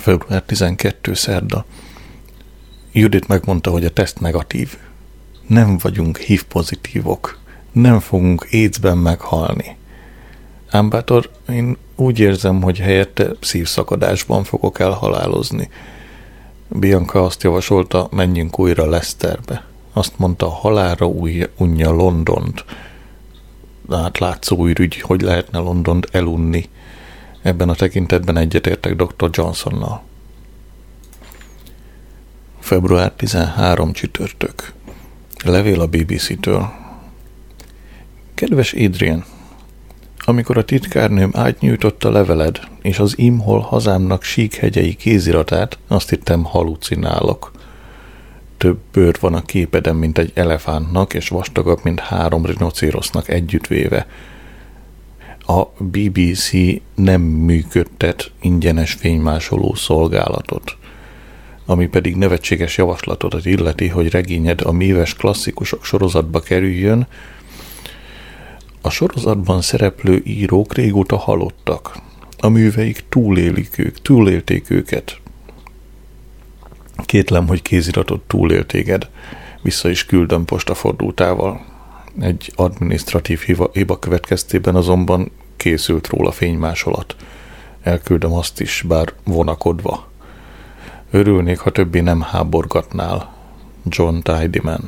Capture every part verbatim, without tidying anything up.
február tizenkettő szerda. Judit megmondta, hogy a teszt negatív. Nem vagyunk hív pozitívok. Nem fogunk AIDS-ben meghalni. Ám bátor, én úgy érzem, hogy helyette szívszakadásban fogok elhalálozni. Bianca azt javasolta, menjünk újra Leicesterbe. Azt mondta, halálra új, unja Londont. Hát látszó ürügy, hogy lehetne Londont elunni. Ebben a tekintetben egyetértek doktor Johnsonnal. február tizenharmadika csütörtök. Levél a bé bé cé-től. Kedves Adrian, amikor a titkárnőm átnyújtotta leveled és az Imhol hazámnak síkhegyei kéziratát, azt hittem halucinálok. Több bőr van a képeden, mint egy elefántnak, és vastagabb, mint három rinocérosznak együttvéve. A bé bé cé nem működtet ingyenes fénymásoló szolgálatot, ami pedig nevetséges javaslatodat illeti, hogy regényed a méves klasszikusok sorozatba kerüljön. A sorozatban szereplő írók régóta halottak. A műveik túlélik ők, túlélték őket. Kétlem, hogy kéziratot túlél téged. Vissza is küldöm postafordultával. Egy adminisztratív hiba, hiba következtében azonban készült róla fénymásolat. Elküldöm azt is, bár vonakodva. Örülnék, ha többé nem háborgatnál. John Tidyman.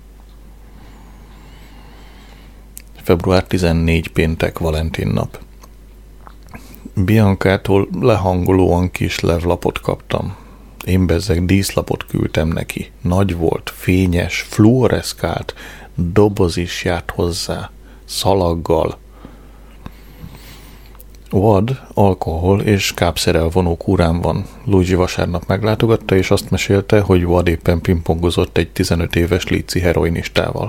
február tizennégyedike péntek, Valentin nap. Biancától lehangolóan kis levlapot kaptam. Én bezzeg díszlapot küldtem neki. Nagy volt, fényes, fluoreszkált, doboz is járt hozzá, szalaggal. Vad, alkohol és kápszerrel vonó kúrán van. Luigi vasárnap meglátogatta, és azt mesélte, hogy Vad éppen pingpongozott egy tizenöt éves líci heroinistával.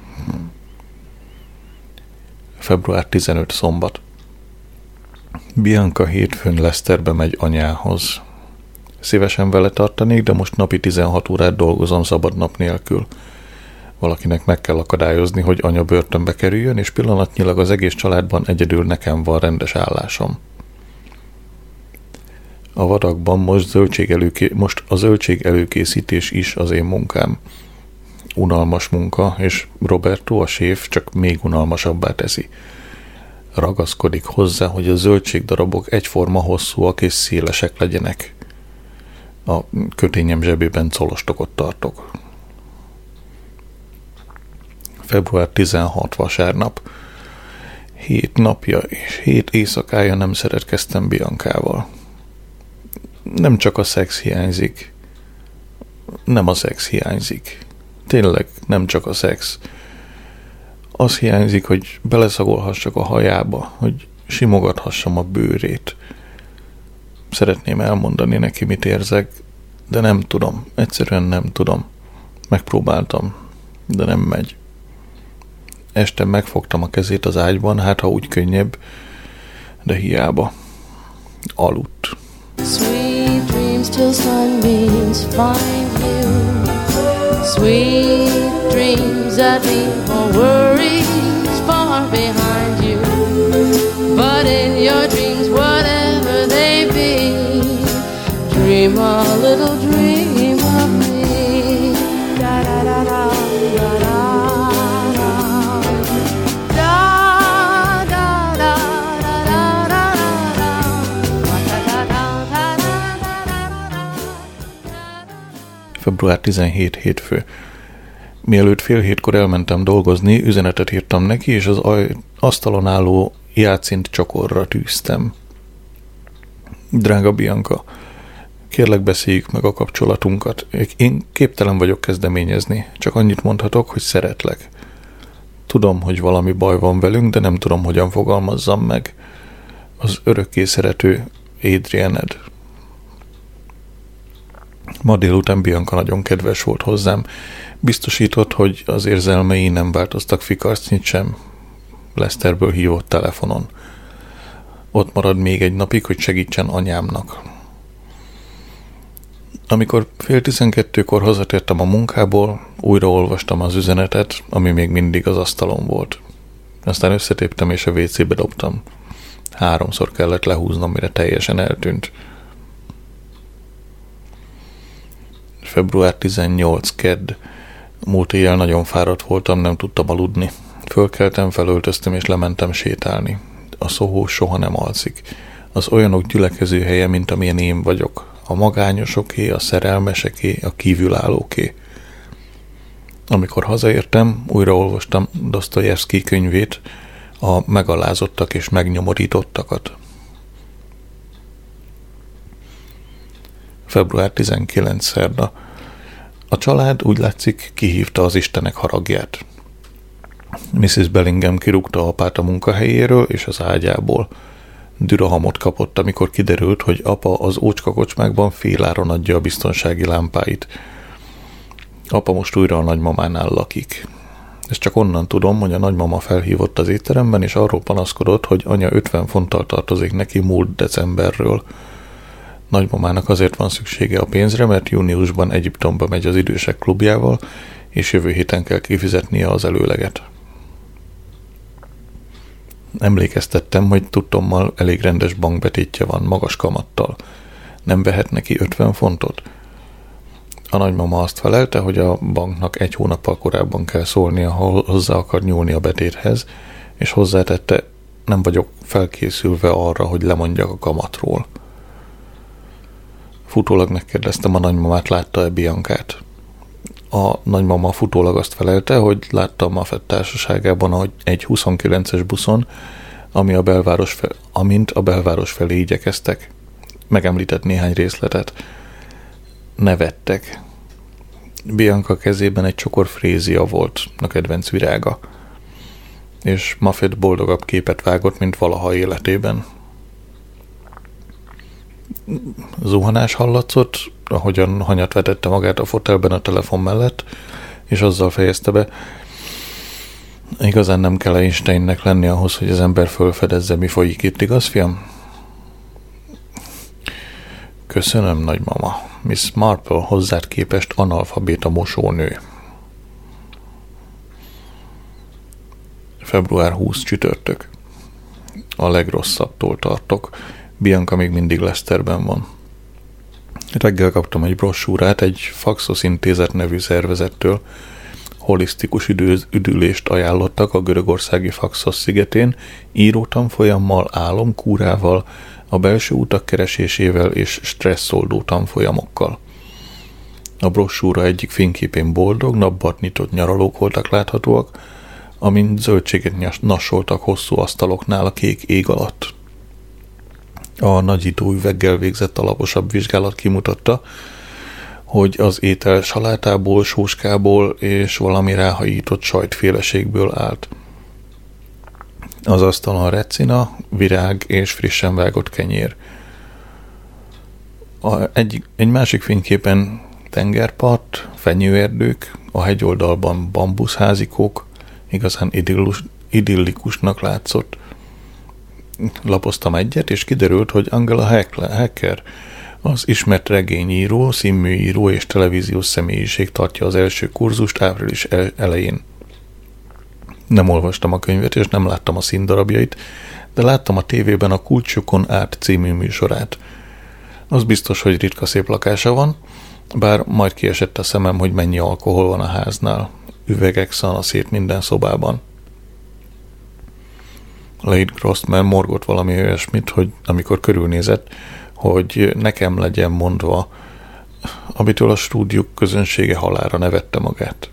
február tizenötödike szombat. Bianca hétfőn Leicesterbe megy anyához. Szívesen vele tartanék, de most napi tizenhat órát dolgozom szabad nap nélkül. Valakinek meg kell akadályozni, hogy anya börtönbe kerüljön, és pillanatnyilag az egész családban egyedül nekem van rendes állásom. A vadakban most, zöldség előké- most a zöldség előkészítés is az én munkám. Unalmas munka, és Roberto, a séf, csak még unalmasabbá teszi. Ragaszkodik hozzá, hogy a zöldségdarabok egyforma hosszúak és szélesek legyenek. A kötényem zsebében colostokot tartok. február tizenhatodika vasárnap. Hét napja és hét éjszakája nem szeretkeztem Biancával. Nem csak a szex hiányzik. Nem a szex hiányzik. Tényleg nem csak a szex. Az hiányzik, hogy beleszagolhassak a hajába, hogy simogathassam a bőrét. Szeretném elmondani neki, mit érzek, de nem tudom. Egyszerűen nem tudom. Megpróbáltam, de nem megy. Este megfogtam a kezét az ágyban, hát ha úgy könnyebb, de hiába. Aludt. Sweet dreams till sunbeams find you. Sweet dreams that leave all worries far behind you. But in your dreams, whatever they be, dream a little dream of me. Da da da da da da. február tizenhetedike hétfő. Mielőtt fél hétkor elmentem dolgozni, üzenetet írtam neki, és az aj- asztalon álló játszint csokorra tűztem. Drága Bianca, kérlek beszéljük meg a kapcsolatunkat. Én képtelen vagyok kezdeményezni, csak annyit mondhatok, hogy szeretlek. Tudom, hogy valami baj van velünk, de nem tudom, hogyan fogalmazzam meg. Az örökké szerető Adrianed. Ma délután Bianca nagyon kedves volt hozzám. Biztosított, hogy az érzelmei nem változtak fikarcnyit sem. Leicesterből hívott telefonon. Ott marad még egy napig, hogy segítsen anyámnak. Amikor fél tizenkettőkor hazatértem a munkából, újra olvastam az üzenetet, ami még mindig az asztalon volt. Aztán összetéptem és a vécébe dobtam. Háromszor kellett lehúznom, mire teljesen eltűnt. február tizennyolcadika kedd. Múlt éjjel nagyon fáradt voltam, nem tudtam aludni. Fölkeltem, felöltöztem és lementem sétálni. A Soho soha nem alszik. Az olyanok gyülekező helye, mint amilyen én vagyok. A magányosoké, a szerelmeseké, a kívülállóké. Amikor hazaértem, újraolvastam Dosztojevszkij könyvét, a megalázottak és megnyomorítottakat. február tizenkilencedike szerda. A család úgy látszik kihívta az Istenek haragját. missziz Bellingham kirúgta apát a munkahelyéről és az ágyából. Dürahamot kapott, amikor kiderült, hogy apa az ócskakocsmákban féláron adja a biztonsági lámpáit. Apa most újra a nagymamánál lakik. Ezt csak onnan tudom, hogy a nagymama felhívott az étteremben, és arról panaszkodott, hogy anya ötven fonttal tartozik neki múlt decemberről. Nagymamának azért van szüksége a pénzre, mert júniusban Egyiptomba megy az idősek klubjával, és jövő héten kell kifizetnie az előleget. Emlékeztettem, hogy tudtommal elég rendes bankbetétje van, magas kamattal. Nem vehet neki ötven fontot? A nagymama azt felelte, hogy a banknak egy hónappal korábban kell szólnia, ha hozzá akar nyúlni a betéthez, és hozzátette, nem vagyok felkészülve arra, hogy lemondjak a kamatról. Futólag megkérdeztem a nagymamát, látta-e Biancát. A nagymama futólag azt felelte, hogy látta a Muffet társaságában ahogy egy huszonkilences buszon, ami a belváros fel, amint a belváros felé igyekeztek. Megemlített néhány részletet. Nevettek. Bianca kezében egy csokor frézia volt, a kedvenc virága, és Muffet boldogabb képet vágott, mint valaha életében. Zuhanás hallatszott, ahogyan hanyat vetette magát a fotelben a telefon mellett, és azzal fejezte be, igazán nem kell Einsteinnek lenni ahhoz, hogy az ember fölfedezze, mi folyik itt, igaz, fiam? Köszönöm, nagymama. Miss Marple hozzád képest analfabéta mosónő. február huszadika csütörtök. A legrosszabbtól tartok. Bianca még mindig Leicesterben van. Reggel kaptam egy brossúrát egy Faxos Intézet nevű szervezettől. Holisztikus üdő- üdülést ajánlottak a görögországi Faxos szigetén, írótanfolyammal, álomkúrával, a belső utak keresésével és stresszoldó tanfolyamokkal. A brossúra egyik fényképén boldog, napbat nyitott nyaralók voltak láthatóak, amint zöldséget nassoltak hosszú asztaloknál a kék ég alatt. A nagyító üveggel végzett alaposabb vizsgálat kimutatta, hogy az étel salátából, sóskából és valami ráhajított sajtféleségből állt. Az asztalon recina, virág és frissen vágott kenyér. A egy, egy másik fényképen tengerpart, fenyőerdők, a hegyoldalban bambuszházikók, igazán idillus, idillikusnak látszott. Lapoztam egyet, és kiderült, hogy Angela Hacker, az ismert regényíró, színműíró és televíziós személyiség tartja az első kurzust április elején. Nem olvastam a könyvet, és nem láttam a színdarabjait, de láttam a tévében a Kulcsokon át című műsorát. Az biztos, hogy ritka szép lakása van, bár majd kiesett a szemem, hogy mennyi alkohol van a háznál. Üvegek szana szét minden szobában. Lady Grossman morgott valami olyasmit, hogy amikor körülnézett, hogy nekem legyen mondva, amitől a stúdió közönsége halálra nevette magát.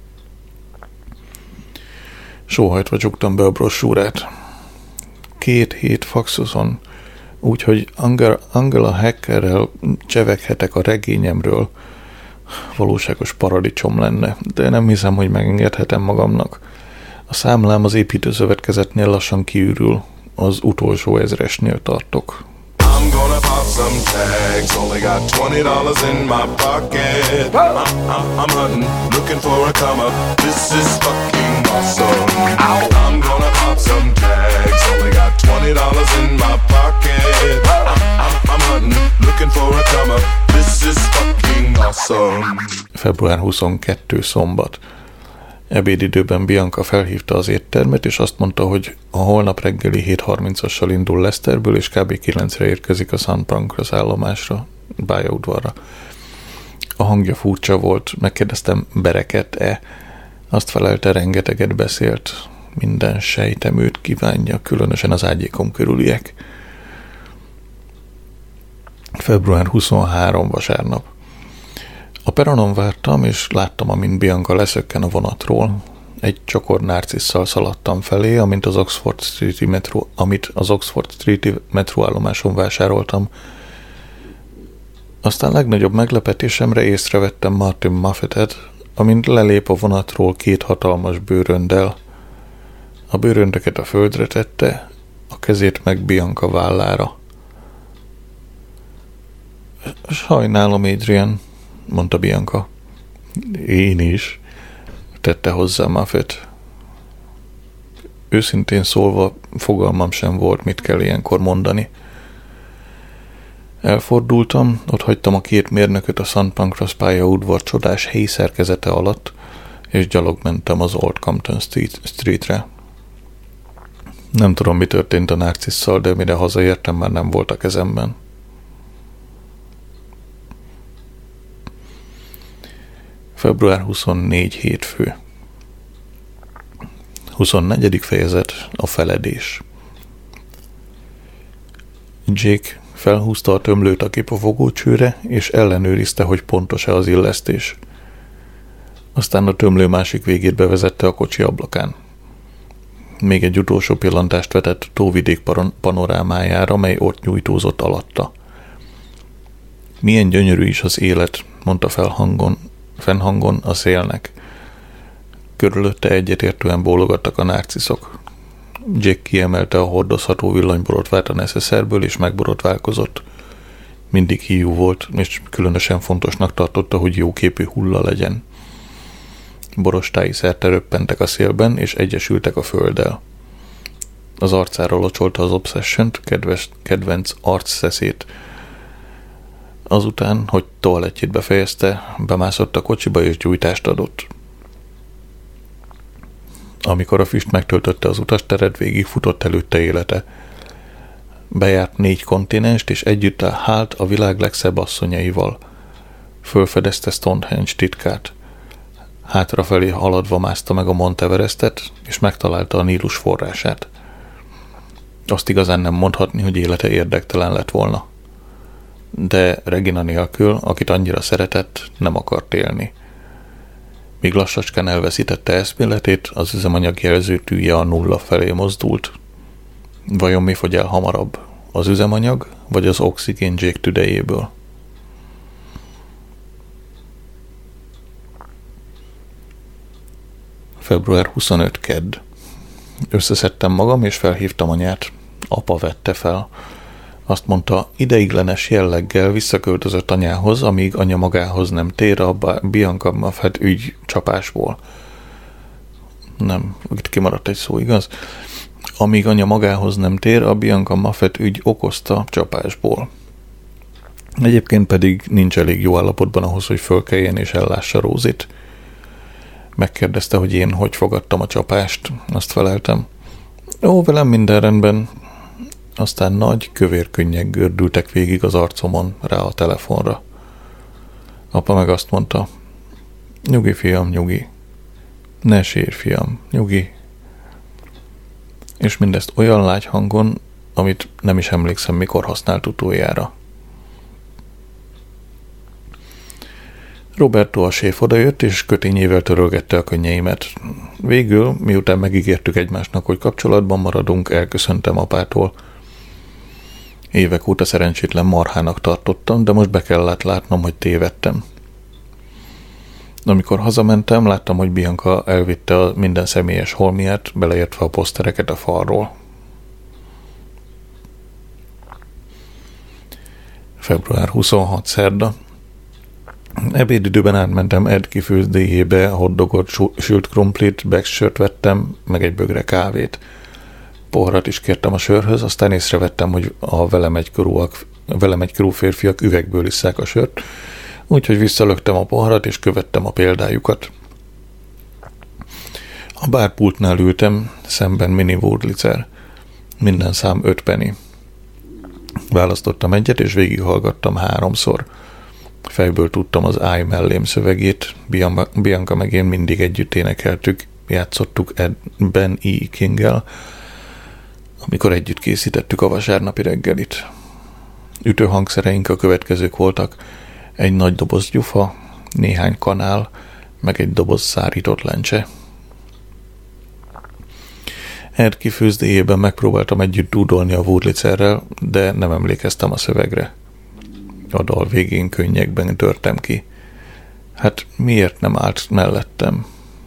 Sóhajtva csuktam be a brossúrát. Két hét Faxoson, úgyhogy Angela Hackerrel cseveghetek a regényemről. Valóságos paradicsom lenne, de nem hiszem, hogy megengedhetem magamnak. A számlám az építőszövetkezetnél lassan kiürül, az utolsó ezresnél tartok. I'm gonna pop some tags, only got twenty dollars in my pocket. I'm, I'm, I'm hunting, looking for a come up. This is fucking awesome. I'm gonna pop some tags, only got twenty dollars in my pocket. I'm, I'm, I'm hunting, looking for a come up. This is fucking awesome. február huszonkettedike szombat. Ebédidőben Bianca felhívta az éttermet, és azt mondta, hogy a holnap reggeli hét harmincassal indul Leicesterből, és kb. kilencre érkezik a Saint Pancras állomásra, pályaudvarra. A hangja furcsa volt, megkérdeztem, bereket-e? Azt felelte, rengeteget beszélt. Minden sejtem őt kívánja, különösen az ágyékom körüliek. február huszonharmadika vasárnap. A peronon vártam, és láttam, amint Bianca leszökken a vonatról. Egy csokor nárcisszal szaladtam felé, amint az Oxford Street-i metro, amit az Oxford Street-i metróállomáson vásároltam. Aztán legnagyobb meglepetésemre észrevettem Martin Muffetet, amint lelép a vonatról két hatalmas bőröndel. A bőröndöket a földre tette, a kezét meg Bianca vállára. Sajnálom, Adrian, mondta Bianca. Én is, tette hozzá Muffet. Őszintén szólva fogalmam sem volt, mit kell ilyenkor mondani. Elfordultam, ott hagytam a két mérnököt a Saint Pancras pályaudvar csodás helyi szerkezete alatt, és gyalog mentem az Old Compton Streetre. Nem tudom, mi történt a nárcisszal, de mire hazaértem, már nem volt a kezemben. február huszonnegyedike hétfő. huszonnegyedik fejezet, a feledés. Jake felhúzta a tömlőt a kipufogócsőre, és ellenőrizte, hogy pontos-e az illesztés. Aztán a tömlő másik végét bevezette a kocsi ablakán. Még egy utolsó pillantást vetett a tóvidék panorámájára, mely ott nyújtózott alatta. Milyen gyönyörű is az élet, mondta felhangon, fennhangon a szélnek. Körülötte egyetértően bólogattak a nárciszok. Jack kiemelte a hordozható villanyborotvát a neszeszerből, és megborotválkozott. Mindig hiú volt, és különösen fontosnak tartotta, hogy jóképű hulla legyen. Borostái szerte röppentek a szélben, és egyesültek a földdel. Az arcára locsolta az Obsession-t, kedves, kedvenc arcszeszét. Azután, hogy toalettjét befejezte, bemászott a kocsiba és gyújtást adott. Amikor a füst megtöltötte az utasteret, végig futott előtte élete. Bejárt négy kontinenst, és együtt hált a világ legszebb asszonyaival. Fölfedezte Stonehenge titkát. Hátrafelé haladva mászta meg a Mount Everestet, és megtalálta a Nílus forrását. Azt igazán nem mondhatni, hogy élete érdektelen lett volna. De Regina nélkül, akit annyira szeretett, nem akart élni. Míg lassacskán elveszítette eszméletét, az üzemanyag jelző tűje a nulla felé mozdult. Vajon mi fogy el hamarabb? Az üzemanyag, vagy az oxigén Jake tüdejéből? február huszonötödike kedd. Összeszedtem magam, és felhívtam anyát. Apa vette fel. Azt mondta, ideiglenes jelleggel visszaköltözött anyához, amíg anya magához nem tér a Bianca Muffet ügy csapásból. Nem, itt kimaradt egy szó, igaz? Amíg anya magához nem tér, a Bianca Muffet ügy okozta csapásból. Egyébként pedig nincs elég jó állapotban ahhoz, hogy fölkeljen és ellássa Rózit. Megkérdezte, hogy én hogy fogadtam a csapást. Azt feleltem. Ó, velem minden rendben. Aztán nagy, kövér könnyek gördültek végig az arcomon rá a telefonra. Apa meg azt mondta, nyugi, fiam, nyugi. Ne sírj, fiam, nyugi. És mindezt olyan lágy hangon, amit nem is emlékszem, mikor használt utoljára. Roberto a séf odajött, és kötényével törölgette a könnyeimet. Végül, miután megígértük egymásnak, hogy kapcsolatban maradunk, elköszöntem apától. Évek óta szerencsétlen marhának tartottam, de most be kellett látnom, hogy tévedtem. Amikor hazamentem, láttam, hogy Bianca elvitte a minden személyes holmiát, beleértve a posztereket a falról. február huszonhatodika szerda. Ebédidőben átmentem Ed kifőzdéjébe, hotdogot, sült krumplit, backsört vettem, meg egy bögre kávét. Poharat is kértem a sörhöz, aztán észrevettem, hogy a velem egykorúak, velem egykorú férfiak üvegből isszák a sört, úgyhogy visszalöktem a poharat, és követtem a példájukat. A bárpultnál ültem, szemben Mini Wurlitzer. Minden szám öt penny. Választottam egyet, és végighallgattam háromszor. fejből tudtam az Állj mellém szövegét, Bianca meg én mindig együtt énekeltük, játszottuk Ed, Ben E. Kinggel, amikor együtt készítettük a vasárnapi reggelit. Ütőhangszereink a következők voltak: egy nagy doboz gyufa, néhány kanál, meg egy doboz szárított lencse. Ed kifőzdéjében megpróbáltam együtt dúdolni a Wurlitzerrel, de nem emlékeztem a szövegre. A dal végén könnyekben törtem ki. Hát miért nem állt mellettem?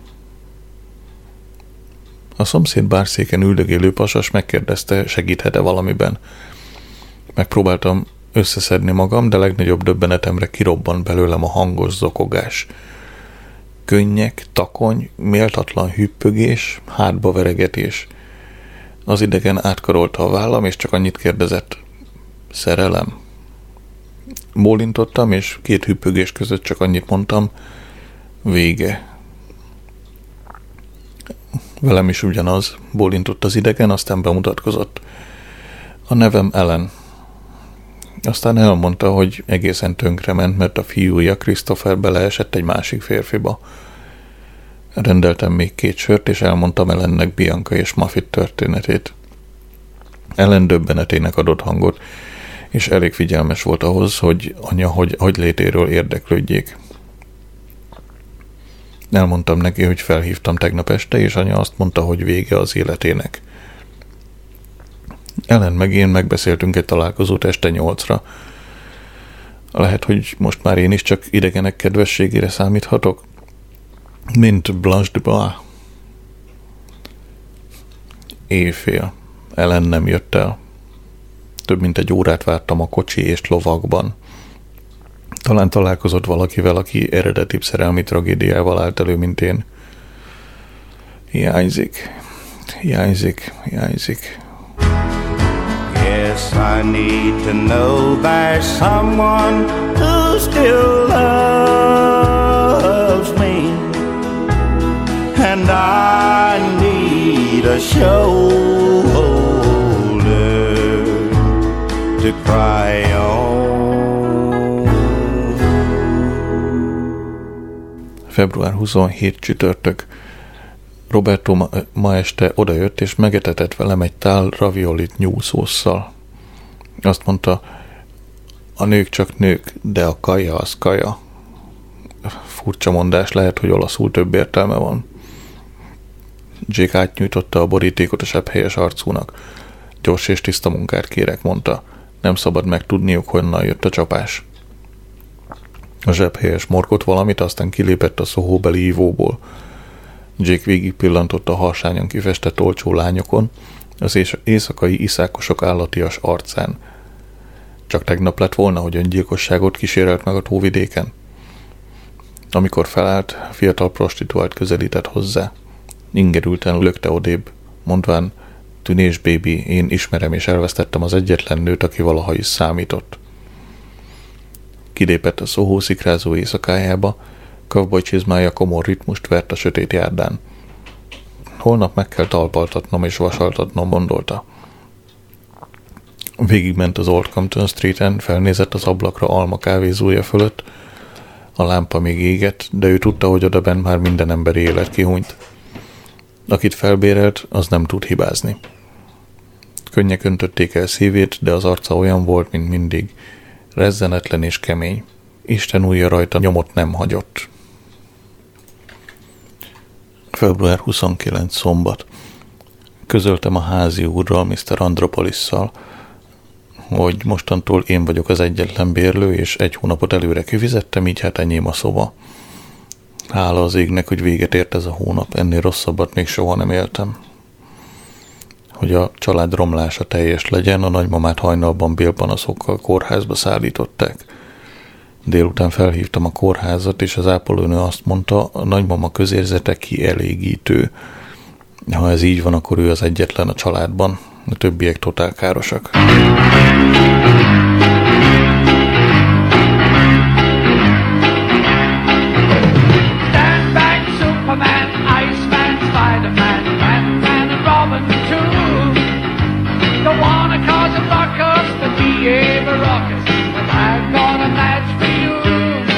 A szomszéd bárszéken üldögélő pasas megkérdezte, segíthet-e valamiben. Megpróbáltam összeszedni magam, de legnagyobb döbbenetemre kirobban belőlem a hangos zokogás. Könnyek, takony, méltatlan hüppögés, hátba veregetés. Az idegen átkarolta a vállam, és csak annyit kérdezett: szerelem? Bólintottam, és két hüppögés között csak annyit mondtam: vége. Velem is ugyanaz, bólintott az idegen, aztán bemutatkozott. A nevem Ellen. Aztán elmondta, hogy egészen tönkrement, mert a fiúja Christopher beleesett egy másik férfiba. Rendeltem még két sört, és elmondtam Ellennek Bianca és Muffet történetét. Ellen döbbenetének adott hangot, és elég figyelmes volt ahhoz, hogy anya hogy, hogy létéről érdeklődjék. Elmondtam neki, hogy felhívtam tegnap este, és anya azt mondta, hogy vége az életének. Ellen meg én megbeszéltünk egy találkozót este nyolcra. Lehet, hogy most már én is csak idegenek kedvességére számíthatok? Mint Blanche de Bois. Éjfél. Ellen nem jött el. Több mint egy órát vártam a kocsi és lovakban. Talán találkozott valakivel, aki eredetibb szerelmi tragédiával állt elő, mint én. Hiányzik. Hiányzik. Hiányzik. Yes, I need to know there's someone who still loves me, and I need a shoulder to cry on. február huszonhetedike csütörtök. Roberto ma, ma este odajött, és megetetett velem egy tál raviolit nyúlszósszal. Azt mondta, a nők csak nők, de a kaja az kaja. Furcsa mondás, lehet, hogy olaszul több értelme van. Jake átnyújtotta a borítékot a sebhelyes arcúnak. Gyors és tiszta munkát kérek, mondta. Nem szabad megtudniuk, honnan jött a csapás. A zsebhelyes morgott valamit, aztán kilépett a Soho-beli ívóból. Jake végig pillantott a harsányon kifestett olcsó lányokon, az éjszakai iszákosok állatias arcán. Csak tegnap lett volna, hogy öngyilkosságot kísérelt meg a tóvidéken. Amikor felállt, fiatal prostituált közelített hozzá. Ingerülten lökte odébb, mondván, tűnés, baby, én ismerem és elvesztettem az egyetlen nőt, aki valaha is számított. Kilépett a Soho szikrázó éjszakájába, cowboy csizmája komor ritmust vert a sötét járdán. Holnap meg kell talpaltatnom és vasaltatnom, gondolta. Végigment az Old Compton Streeten, felnézett az ablakra Alma kávézója fölött. A lámpa még égett, de ő tudta, hogy odabent már minden emberi élet kihúnyt. Akit felbérelt, az nem tud hibázni. Könnyek öntötték el szívét, de az arca olyan volt, mint mindig. Rezzenetlen és kemény. Isten ujja rajta nyomot nem hagyott. február huszonkilencedike szombat. Közöltem a házi úrral, miszter Andropolisszal, hogy mostantól én vagyok az egyetlen bérlő, és egy hónapot előre kifizettem, így hát enyém a szoba. Hála az égnek, hogy véget ért ez a hónap, ennél rosszabbat még soha nem éltem. Hogy a család romlása teljes legyen, a nagymamát hajnalban bélpanaszokkal kórházba szállították. Délután felhívtam a kórházat, és az ápolónő azt mondta, a nagymama közérzete kielégítő. Ha ez így van, akkor ő az egyetlen a családban, a többiek totál károsak. Stand back, Superman, Iceman, Spider-Man, Batman and Robin too. Don't wanna cause a ruckus, but behave a ruckus, but I've got a match for you.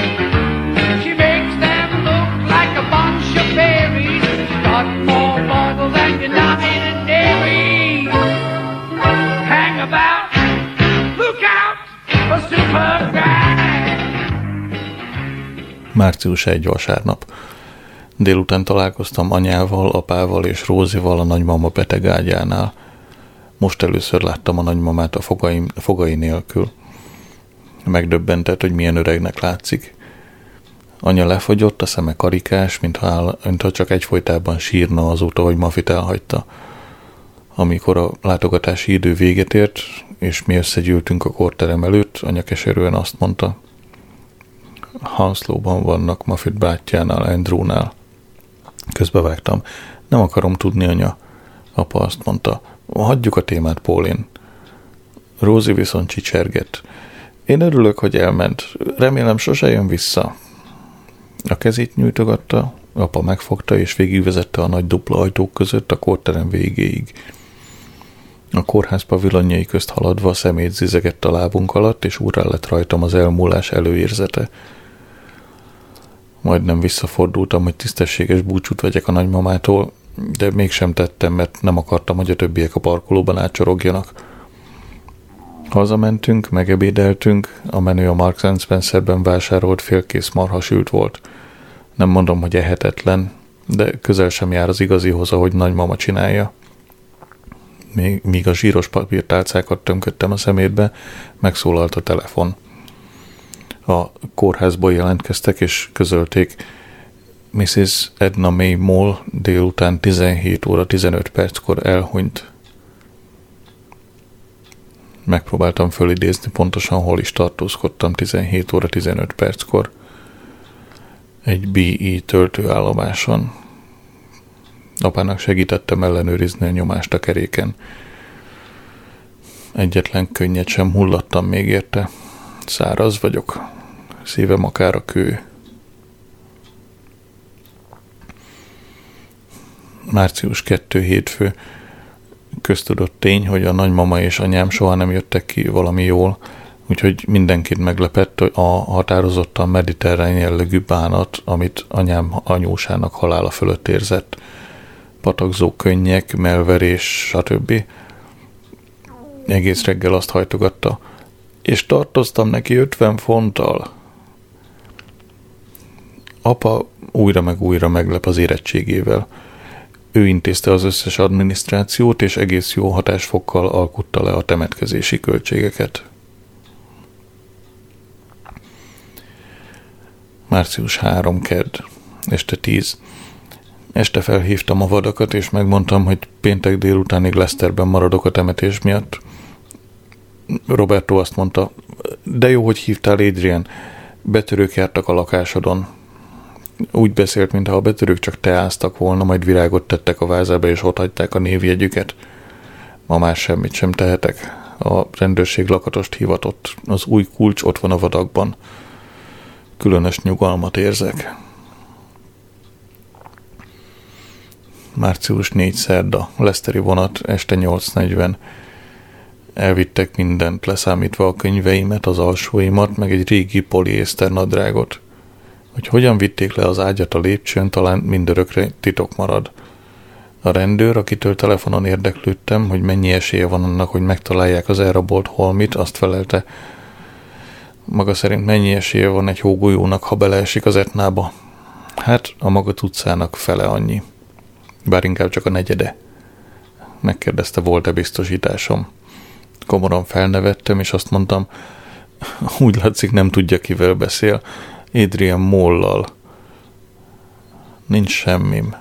március elseje vasárnap. Délután találkoztam anyával, apával és Rózival a nagymama beteg ágyánál. Most először láttam a nagymamát a fogai, fogai nélkül. Megdöbbentett, hogy milyen öregnek látszik. Anya lefagyott, a szeme karikás, mintha, áll, mintha csak egyfolytában sírna azóta, hogy Mafit elhagyta. Amikor a látogatási idő véget ért, és mi összegyűltünk a kórterem előtt, anya keserűen azt mondta, Hounslow-ban vannak Mafit bátyjánál, Andrewnál. Közbevágtam. Nem akarom tudni, anya. Apa azt mondta, hagyjuk a témát, Pauline. Rosie viszont csicsergett. Én örülök, hogy elment. Remélem sose jön vissza. A kezét nyújtogatta, apa megfogta és végigvezette a nagy dupla ajtók között a kórterem végéig. A kórház pavilonjai közt haladva szemét zizegett a lábunk alatt, és úrrá lett rajtam az elmúlás előérzete. Majdnem visszafordultam, hogy tisztességes búcsút vegyek a nagymamától, de mégsem tettem, mert nem akartam, hogy a többiek a parkolóban átcsorogjanak. Hazamentünk, megebédeltünk, a menü a Marks and Spencerben vásárolt félkész marhasült volt. Nem mondom, hogy ehetetlen, de közel sem jár az igazihoz, ahogy nagymama csinálja. Még, míg a zsíros papírtálcákat tömködtem a szemétbe, megszólalt a telefon. A kórházból jelentkeztek, és közölték, missziz Edna May Moll délután tizenhét óra tizenöt perckor elhunyt. Megpróbáltam fölidézni pontosan, hol is tartózkodtam tizenhét óra tizenöt perckor. Egy bé i töltőállomáson. Apának segítettem ellenőrizni a nyomást a keréken. Egyetlen könnyet sem hullattam még érte. Száraz vagyok. Szívem akár a kő. március elsejé hétfő. Köztudott tény, hogy a nagymama és anyám soha nem jöttek ki valami jól, úgyhogy mindenkit meglepett a határozottan mediterrán jellegű bánat, amit anyám anyósának halála fölött érzett. Patakzó könnyek, melverés, stb. Egész reggel azt hajtogatta, és tartoztam neki ötven fonttal. Apa újra meg újra meglep az érettségével. Ő intézte az összes adminisztrációt, és egész jó hatásfokkal alkutta le a temetkezési költségeket. március harmadika kedd, este tíz. Este felhívtam a vadakat, és megmondtam, hogy péntek délutánig Leicesterben maradok a temetés miatt. Roberto azt mondta, de jó, hogy hívtál, Adrian, betörők jártak a lakásodon. Úgy beszélt, mintha a betörők csak teáztak volna, majd virágot tettek a vázába, és ott hagyták a névjegyüket. Ma már semmit sem tehetek. A rendőrség lakatost hivatott. Az új kulcs ott van a vadakban. Különös nyugalmat érzek. március negyedike szerda. Leicesteri vonat, este nyolc negyven. Elvittek mindent, leszámítva a könyveimet, az alsóimat, meg egy régi poliészter nadrágot. Hogy hogyan vitték le az ágyat a lépcsőn, talán mindörökre titok marad. A rendőr, akitől telefonon érdeklődtem, hogy mennyi esélye van annak, hogy megtalálják az elrabolt holmit, azt felelte, maga szerint mennyi esélye van egy hógolyónak, ha beleesik az Etnába? Hát a maga tudszának fele annyi. Bár inkább csak a negyede. Megkérdezte, volt-e biztosításom. Komoran felnevettem, és azt mondtam, úgy látszik, nem tudja, kivel beszél. Adrian Mollal. Nincs semmim.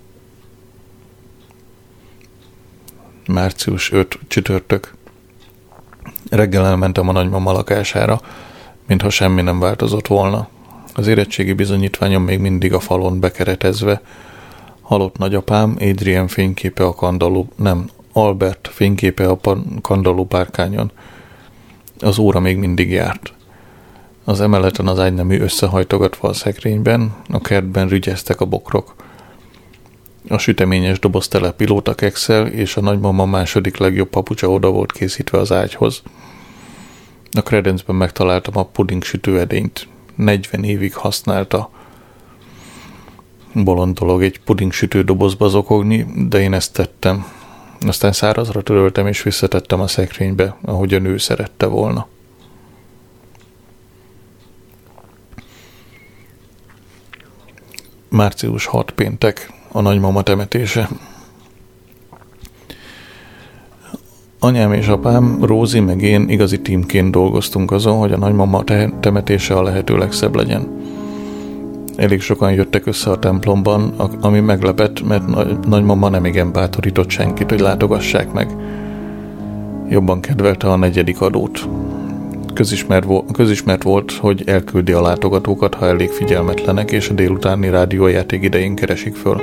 március ötödike csütörtök. Reggel elmentem a nagymama lakására, mintha semmi nem változott volna. Az érettségi bizonyítványom még mindig a falon bekeretezve. Halott nagyapám, Adrian fényképe a kandalló, nem, Albert fényképe a kandalló párkányon. Az óra még mindig járt. Az emeleten az ágynemű összehajtogatva a szekrényben, a kertben rügyeztek a bokrok. A süteményes doboz tele pilótakekszel, és a nagymama második legjobb papucsa oda volt készítve az ágyhoz. A kredencben megtaláltam a puding sütőedényt. negyven évig használta. Bolond dolog egy puding sütő dobozba zokogni, de én ezt tettem. Aztán szárazra töröltem és visszatettem a szekrénybe, ahogy a nő szerette volna. március hatodika péntek, a nagymama temetése. Anyám és apám, Rózi meg én igazi tímként dolgoztunk azon, hogy a nagymama te- temetése a lehető legszebb legyen. Elég sokan jöttek össze a templomban, ami meglepett, mert nagy- nagymama nem igen bátorított senkit, hogy látogassák meg. Jobban kedvelte a negyedik adót. Közismert, vo- közismert volt, hogy elküldi a látogatókat, ha elég figyelmetlenek, és a délutáni rádiójáték idején keresik föl.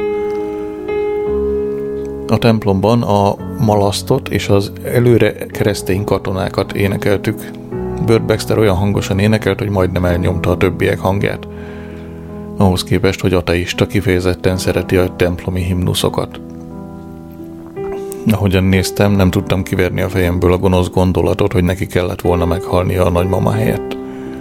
A templomban a malasztot és az előre keresztény katonákat énekeltük. Burt Baxter olyan hangosan énekelt, hogy majdnem elnyomta a többiek hangját. Ahhoz képest, hogy ateista, kifejezetten szereti a templomi himnuszokat. Ahogyan néztem, nem tudtam kiverni a fejemből a gonosz gondolatot, hogy neki kellett volna meghalnia a nagymama helyett.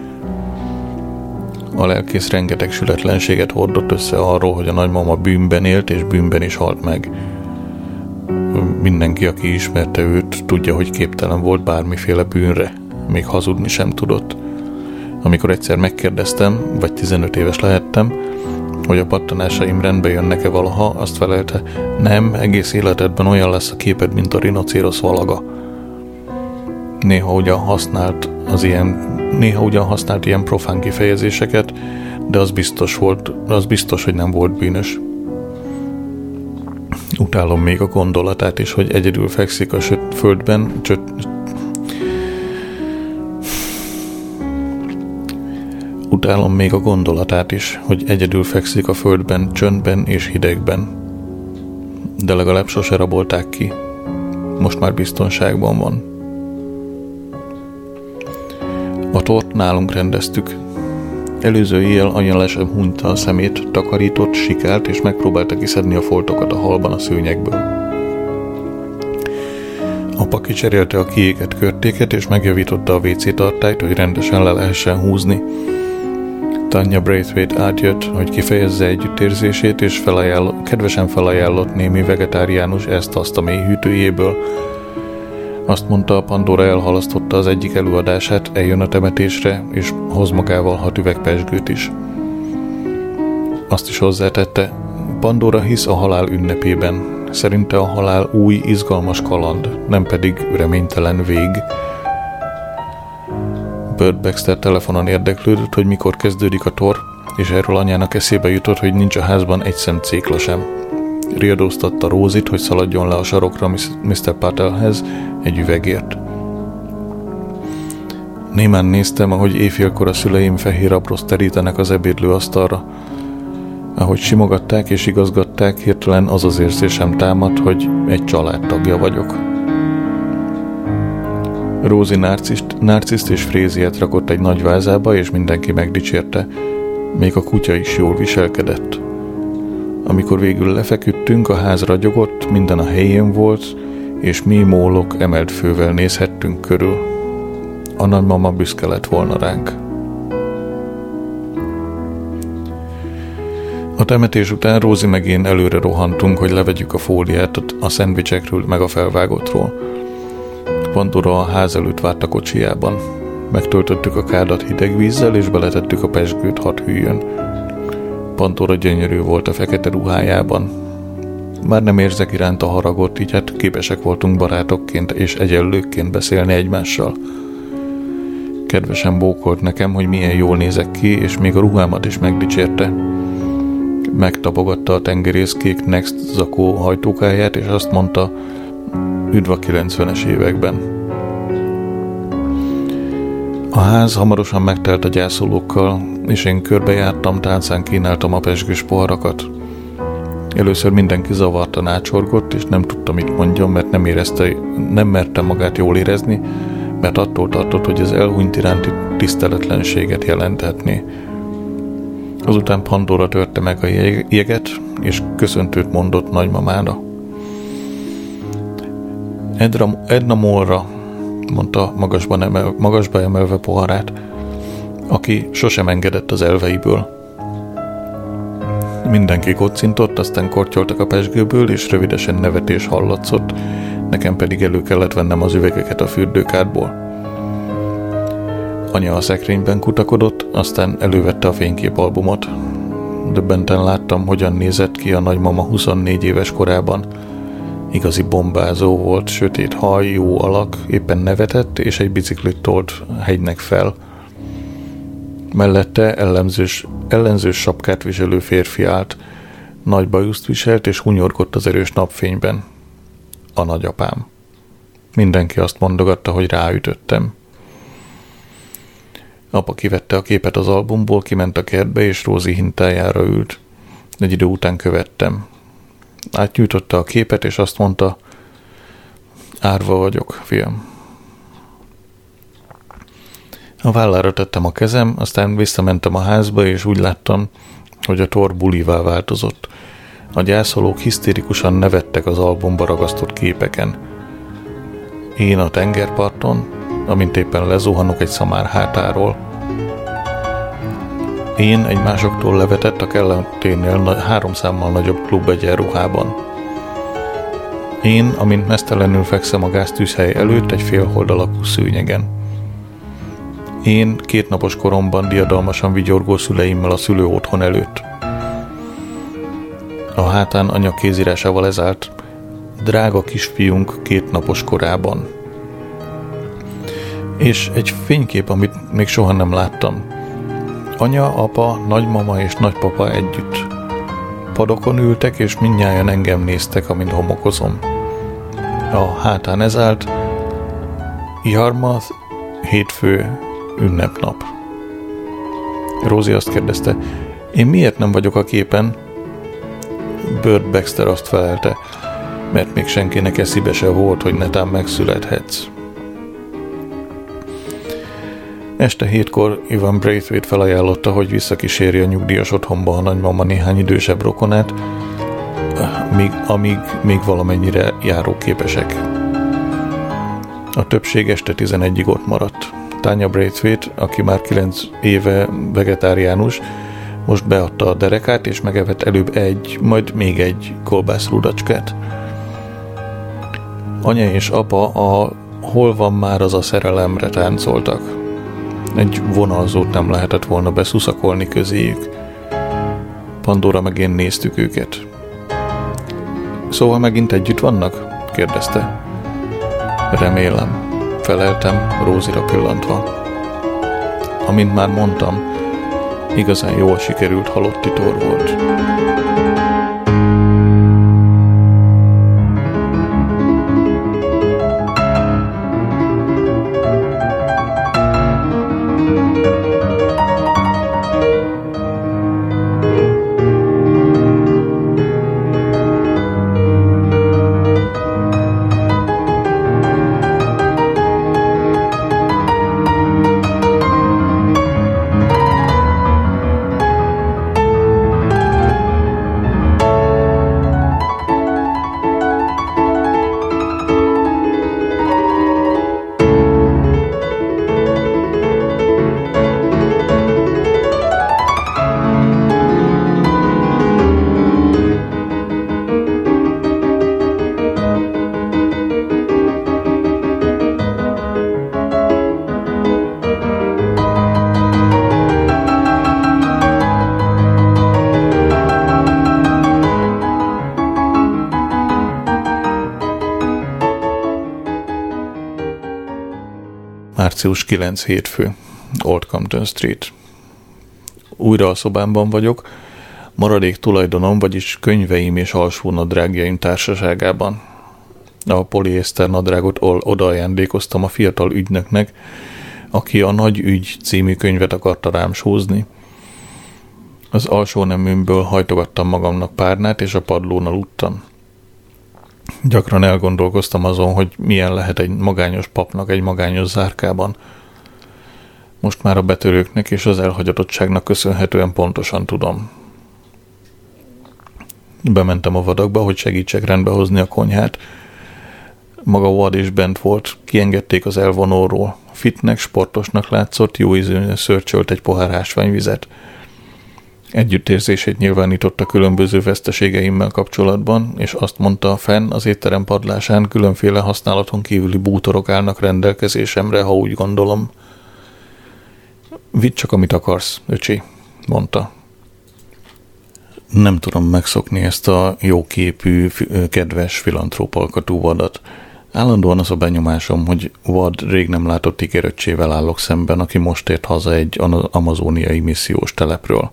A lelkész rengeteg sületlenséget hordott össze arról, hogy a nagymama bűnben élt és bűnben is halt meg. Mindenki, aki ismerte őt, tudja, hogy képtelen volt bármiféle bűnre, még hazudni sem tudott. Amikor egyszer megkérdeztem, vagy tizenöt éves lehettem, hogy a pattanásaim rendbe jönnek-e valaha, azt felelte, nem, egész életedben olyan lesz a képed, mint a rinocérosz valaga. Néha ugyan használt az ilyen, néha ugyan használt ilyen profán kifejezéseket, de az biztos volt, az biztos, hogy nem volt bűnös. Utálom még a gondolatát is, hogy egyedül fekszik a söt földben, csöt, Utálom még a gondolatát is, hogy egyedül fekszik a földben, csöndben és hidegben. De legalább sose rabolták ki. Most már biztonságban van. A tort nálunk rendeztük. Előző éjjel anya le sem hunyta a szemét, takarított, sikált és megpróbálta kiszedni a foltokat a halban a szőnyekből. Apa kicserélte a kiégett körtéket és megjavította a vé cé tartályt, hogy rendesen le lehessen húzni. Tanya Braithwaite átjött, hogy kifejezze együttérzését, és felajánl- kedvesen felajánlott némi vegetáriánus ezt-azt a mélyhűtőjéből. Azt mondta, a Pandora elhalasztotta az egyik előadását, eljön a temetésre, és hoz magával hat üveg pezsgőt is. Azt is hozzátette, Pandora hisz a halál ünnepében. Szerinte a halál új, izgalmas kaland, nem pedig reménytelen vég. Burt Baxter telefonon érdeklődött, hogy mikor kezdődik a tor, és erről anyának eszébe jutott, hogy nincs a házban egy szem cékla sem. Riadóztatta Rózit, hogy szaladjon le a sarokra miszter Patelhez egy üvegért. Némán néztem, ahogy éjfélkor a szüleim fehér aprózt terítenek az ebédlőasztalra. Ahogy simogatták és igazgatták, hirtelen az az érzésem támadt, hogy egy családtagja vagyok. Rózi narciszt és fréziát rakott egy nagy vázába, és mindenki megdicsérte. Még a kutya is jól viselkedett. Amikor végül lefeküdtünk, a ház ragyogott, minden a helyén volt, és mi mólok emelt fővel nézhettünk körül. A nagymama büszke lett volna ránk. A temetés után Rózi meg én előre rohantunk, hogy levegyük a fóliát a szendvicsekről meg a felvágottról. Pandora a ház előtt várt a kocsijában. Megtöltöttük a kádat hideg vízzel, és beletettük a pezsgőt, hadd hűljön. Pandora gyönyörű volt a fekete ruhájában. Már nem érzek iránta haragot, így hát képesek voltunk barátokként és egyenlőkként beszélni egymással. Kedvesen bókolt nekem, hogy milyen jól nézek ki, és még a ruhámat is megdicsérte. Megtapogatta a tengerészkék Next zakó hajtókáját, és azt mondta, üdv a kilencvenes években. A ház hamarosan megtelt a gyászolókkal, és én körbejártam, táncán kínáltam a pezsgős poharakat. Először mindenki zavartan ácsorgott, és nem tudta, mit mondjon, mert nem érezte, nem merte magát jól érezni, mert attól tartott, hogy az elhunyt iránti tiszteletlenséget jelenthetné. Azután Pandora törte meg a jeget, és köszöntőt mondott nagymamára. Edra, Edna Moore-ra, mondta magasba, emel, magasba emelve poharát, aki sosem engedett az elveiből. Mindenki kocintott, aztán kortyoltak a pezsgőből, és rövidesen nevetés hallatszott, nekem pedig elő kellett vennem az üvegeket a fürdőkádból. Anya a szekrényben kutakodott, aztán elővette a fényképalbumot. döbbenten láttam, hogyan nézett ki a nagymama huszonnégy éves korában. Igazi bombázó volt, sötét haj, jó alak, éppen nevetett, és egy biciklit tolt hegynek fel. Mellette ellenzős, ellenzős sapkát viselő férfi állt, nagy bajuszt viselt, és hunyorgott az erős napfényben. A nagyapám. Mindenki azt mondogatta, hogy ráütöttem. Apa kivette a képet az albumból, kiment a kertbe, és Rózi hintájára ült. Egy idő után követtem. Átnyújtotta a képet, és azt mondta, árva vagyok, fiam. A vállára tettem a kezem, aztán visszamentem a házba, és úgy láttam, hogy a tor bulivá változott. A gyászolók hisztérikusan nevettek az albumba ragasztott képeken. Én a tengerparton, amint éppen lezuhanok egy szamár hátáról. Én egy másoktól levetett a kelleténél három számmal nagyobb klubegyenruhában. Én, amint meztelenül fekszem a gáztűzhely előtt egy félhold alakú szőnyegen. Én kétnapos koromban diadalmasan vigyorgó szüleimmel a szülő otthon előtt. A hátán anya kézírásával ez állt, drága kisfiunk kétnapos korában. És egy fénykép, amit még soha nem láttam. Anya, apa, nagymama és nagypapa együtt. Padokon ültek, és mindnyájan engem néztek, amint homokozom. A hátán ez állt, Yarmouth, hétfő, ünnepnap. Rózi azt kérdezte, én miért nem vagyok a képen? Burt Baxter azt felelte, mert még senkinek eszébe se volt, hogy netán megszülethetsz. Este hétkor Ivan Braithwaite felajánlotta, hogy visszakíséri a nyugdíjas otthonba a nagymama néhány idősebb rokonát, míg, amíg még valamennyire járóképesek. A többség este tizenegyig ott maradt. Tanya Braithwaite, aki már kilenc éve vegetáriánus, most beadta a derekát, és megevett előbb egy, majd még egy kolbászrudacskát. Anya és apa a Hol van már az a szerelemre táncoltak. Egy vonalzót nem lehetett volna beszuszakolni közéjük. Pandora meg én néztük őket. Szóval megint együtt vannak? Kérdezte. Remélem, feleltem, Rózira pillantva. Amint már mondtam, igazán jól sikerült halotti tor volt. március kilencedike hétfő, Old Compton Street. Újra a szobámban vagyok, maradék tulajdonom, vagyis könyveim és alsó nadrágjaim társaságában. A poliészter nadrágot odaajándékoztam a fiatal ügynöknek, aki a Nagy ügy című könyvet akarta rám sózni. Az alsó neműmből hajtogattam magamnak párnát, és a padlón aludtam. Gyakran elgondolkoztam azon, hogy milyen lehet egy magányos papnak egy magányos zárkában. Most már a betörőknek és az elhagyatottságnak köszönhetően pontosan tudom. Bementem a vadakba, hogy segítsek rendbehozni a konyhát. Maga Wad is bent volt, kiengedték az elvonóról. Fitnek, sportosnak látszott, jó ízűen szörcsölt egy pohár ásványvizet. Együttérzését nyilvánította különböző veszteségeimmel kapcsolatban, és azt mondta, fenn az étterem padlásán különféle használaton kívüli bútorok állnak rendelkezésemre, ha úgy gondolom. Vidd csak, amit akarsz, öcsi, mondta. Nem tudom megszokni ezt a jóképű, kedves, filantróp alkatú vadat. Állandóan az a benyomásom, hogy vad rég nem látott ígéretcsével állok szemben, aki most ért haza egy amazóniai missziós telepről.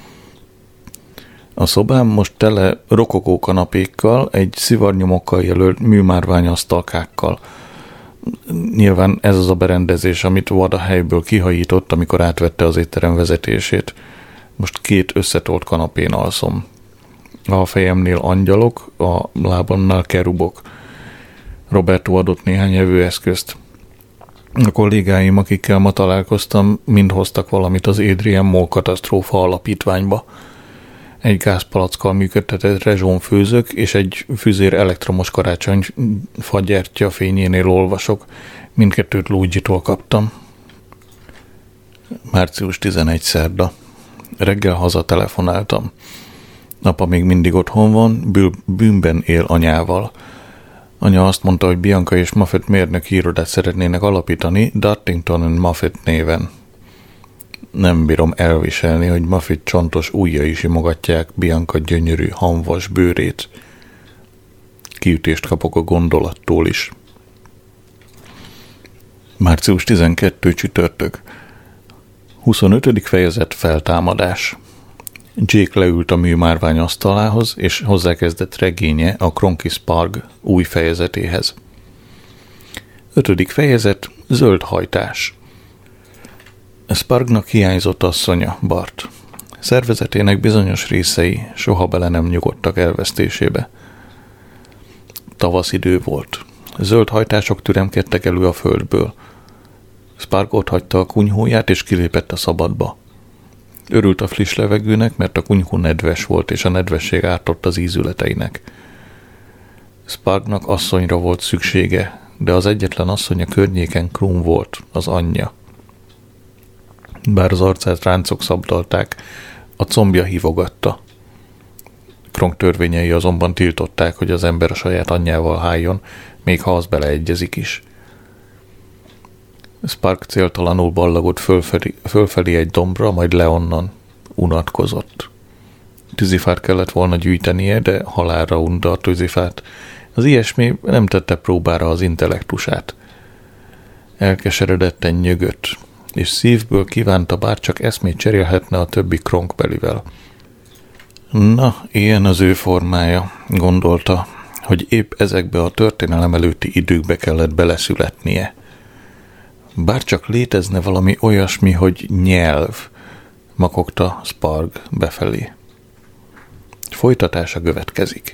A szobám most tele rokokó kanapékkal, egy szivarnyomokkal jelölt műmárványasztalkákkal. Nyilván ez az a berendezés, amit vad a helyből kihajított, amikor átvette az étterem vezetését. Most két összetolt kanapén alszom. A fejemnél angyalok, a lábamnál kerubok. Roberto adott néhány evőeszközt. A kollégáim, akikkel ma találkoztam, mind hoztak valamit az Adrian Mall katasztrófa alapítványba. Egy gázpalackkal működtetett rezsónfőzök és egy füzér elektromos karácsonyfa gyertya fényénél olvasok. Mindkettőt Luigi-tól kaptam. március tizenegy szerda. Reggel haza telefonáltam. Apa még mindig otthon van, bűnben él anyával. Anya azt mondta, hogy Bianca és Muffet mérnöki irodát szeretnének alapítani Dartington and Muffet néven. Nem bírom elviselni, hogy Muffet csontos ujjai simogatják Bianca gyönyörű, hamvas bőrét. Kiütést kapok a gondolattól is. március tizenkettő csütörtök. huszonötödik fejezet feltámadás. Jake leült a műmárvány asztalához, és hozzákezdett regénye a Cronky Sparg új fejezetéhez. Ötödik fejezet, zöld hajtás. Spargnak hiányzott asszonya, Bart. Szervezetének bizonyos részei soha bele nem nyugodtak elvesztésébe. Tavaszidő volt. Zöld hajtások türemkedtek elő a földből. Sparg otthagyta a kunyhóját, és kilépett a szabadba. Örült a friss levegőnek, mert a kunyhó nedves volt, és a nedvesség ártott az ízületeinek. Spargnak asszonyra volt szüksége, de az egyetlen asszony a környéken Krum volt, az anyja. Bár az arcát ráncok szabdalták, a combja hívogatta. Kronk törvényei azonban tiltották, hogy az ember a saját anyjával háljon, még ha az beleegyezik is. Sparg céltalanul ballagott fölfelé, fölfelé egy dombra, majd le onnan. Unatkozott. Tűzifát kellett volna gyűjtenie, de halálra unta a tűzifát. Az ilyesmi nem tette próbára az intellektusát. Elkeseredetten nyögött, és szívből kívánta, bár csak eszmét cserélhetne a többi kronkbelivel. Na, ilyen az ő formája, gondolta, hogy épp ezekbe a történelem előtti időkbe kellett beleszületnie. Bár csak létezne valami olyasmi, hogy nyelv, makogta Sparg befelé. Folytatása következik.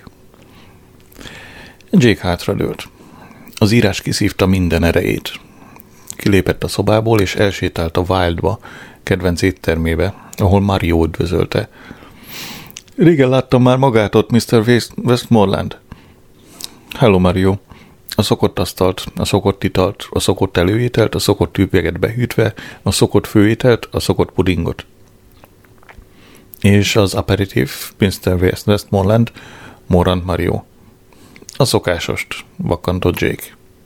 Jake hátradőlt. Az írás kiszívta minden erejét. Kilépett a szobából, és elsétált a Wildba, kedvenc éttermébe, ahol Mario üdvözölte. Régen láttam már magát ott, miszter Westmoreland. Hello, Mario. A szokott asztalt, a szokott italt, a szokott előételt, a szokott üveget behűtve, a szokott főételt, a szokott pudingot. És az aperitív, miszter Westmoreland, morrant Mario. A szokásost, vakkantott Jake.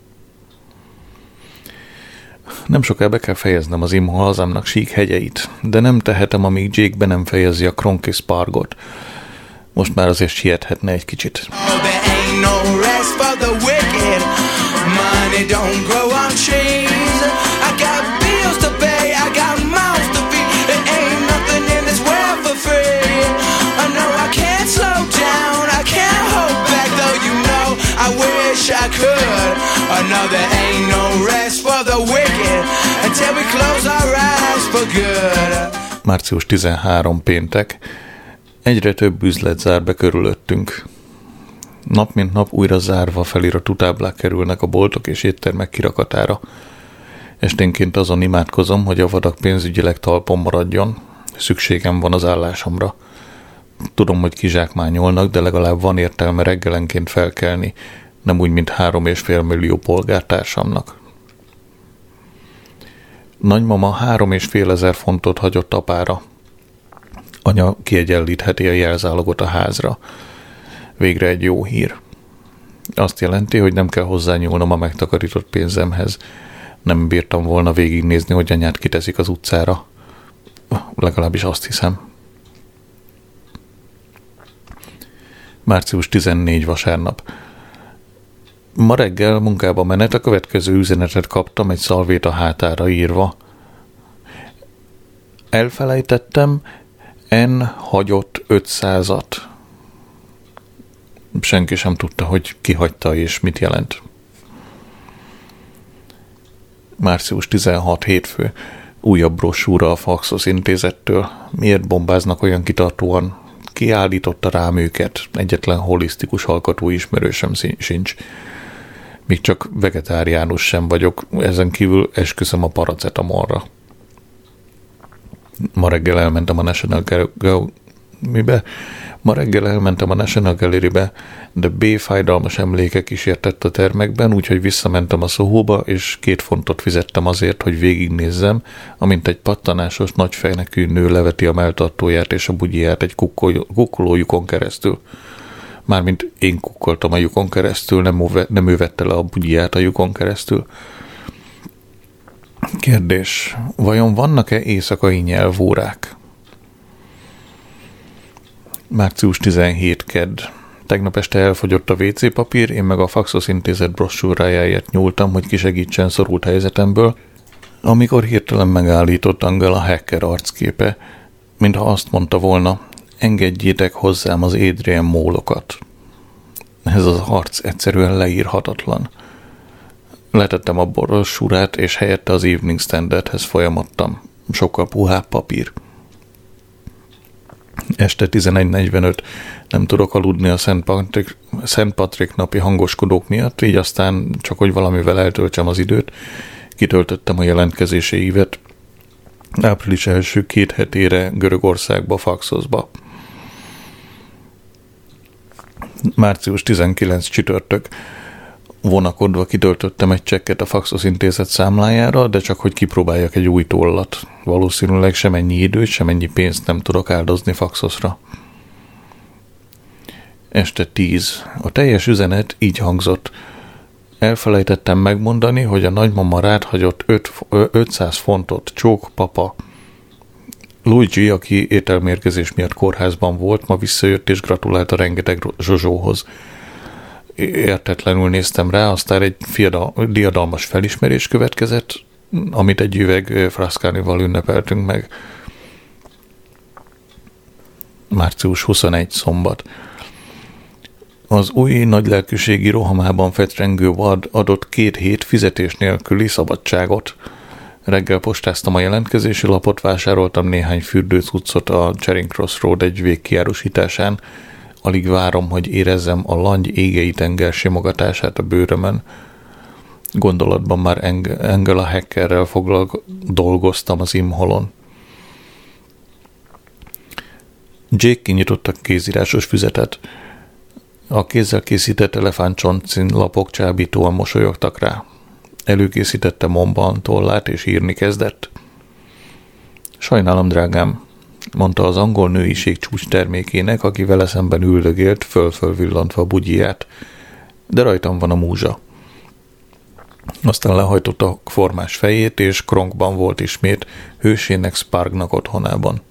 Nem soká be kell fejeznem az imho hazámnak sík hegyeit, de nem tehetem, amíg Jake be nem fejezi a Cronky Spargot. Most már azért siethetne egy kicsit. I could. Oh no, there ain't no rest for the wicked until we close our eyes for good. március tizenharmadika péntek. Egyre több üzlet zár be körülöttünk. Nap mint nap újra zárva feliratú táblák kerülnek a boltok és éttermek kirakatára. Esténként azon imádkozom, hogy a vadak pénzügyileg talpon maradjon. Szükségem van az állásomra. Tudom, hogy kizsákmányolnak, de legalább van értelme reggelenként felkelni, nem úgy, mint három és fél millió polgártársamnak. Nagymama három és fél ezer fontot hagyott apára. Anya kiegyenlítheti a jelzálogot a házra. Végre egy jó hír. Azt jelenti, hogy nem kell hozzányúlnom a megtakarított pénzemhez. Nem bírtam volna végignézni, hogy anyát kiteszik az utcára. Legalábbis azt hiszem. március tizennégy vasárnap. Ma reggel munkába menet a következő üzenetet kaptam egy szalvéta hátára írva. Elfelejtettem, N hagyott ötszázat. Senki sem tudta, hogy ki hagyta és mit jelent. március tizenhat hétfő. Újabb brossúra a Faxos intézettől. Miért bombáznak olyan kitartóan? Ki állította rám őket? Egyetlen holisztikus alkatú ismerősem sincs. Még csak vegetáriánus sem vagyok, ezen kívül esküszöm a paracetamolra. Ma reggel elmentem a National Gal- mibe? Ma reggel elmentem a National Gallery-be, de B fájdalmas emléke kísértett a termekben, úgyhogy visszamentem a Soho-ba, és két fontot fizettem azért, hogy végignézzem, amint egy pattanásos, nagyfejnekű nő leveti a melltartóját és a bugyiját egy kukkol- kukkolójukon keresztül. Mármint én kukkoltam a lyukon keresztül, nem, nem ő vette le a bugyiját a lyukon keresztül. Kérdés, vajon vannak-e éjszakai nyelvórák? március tizenhét kedd. Tegnap este elfogyott a vé cé papír, én meg a Faxos intézet brossúrájáért nyúltam, hogy kisegítsen szorult helyzetemből, amikor hirtelen megállított Angela Hacker arcképe, mintha azt mondta volna, engedjétek hozzám az Adrian Mólokat. Ez az arc egyszerűen leírhatatlan. Letettem a brossúrát, és helyette az Evening Standardhez folyamodtam. Sokkal puhább papír. Este tizenegy negyvenöt nem tudok aludni a Szent Patrik, Szent Patrik napi hangoskodók miatt, így aztán csak hogy valamivel eltöltsem az időt, kitöltöttem a jelentkezési ívet április első két hetére Görögországba, Faxosba. március tizenkilenc csütörtök. Vonakodva kitöltöttem egy csekket a Faxos intézet számlájára, de csak hogy kipróbáljak egy új tollat. Valószínűleg semennyi időt, semennyi pénzt nem tudok áldozni Faxosra. Este tíz. A teljes üzenet így hangzott. Elfelejtettem megmondani, hogy a nagymama rád hagyott ötszáz fontot. Csók, papa. Luigi, aki ételmérgezés miatt kórházban volt, ma visszajött és gratulált a rengeteg zsozsóhoz. Értetlenül néztem rá, aztán egy fiadal, diadalmas felismerés következett, amit egy üveg Frascanival ünnepeltünk meg. március huszonegy szombat. Az új nagylelkűségi rohamában fetrengő vad adott két hét fizetés nélküli szabadságot. Reggel postáztam a jelentkezési lapot, vásároltam néhány fürdőcuccot a Charing Cross Road egy végkiárusításán. Alig várom, hogy érezzem a langy égei tenger simogatását a bőrömön. Gondolatban már Angela Hackerrel foglal dolgoztam az Imholon. Jake kinyitotta kézírásos füzetet. A kézzel készített elefántcsontszín lapok csábítóan mosolyogtak rá. Előkészítette Momban tollát és írni kezdett. Sajnálom, drágám, mondta az angol nőiség csúcs termékének, aki vele szemben üldögélt, föl-fölvillantva a bugyiját. De rajtam van a múzsa. Aztán lehajtotta a formás fejét, és Kronkban volt ismét, hősének Spargnak otthonában.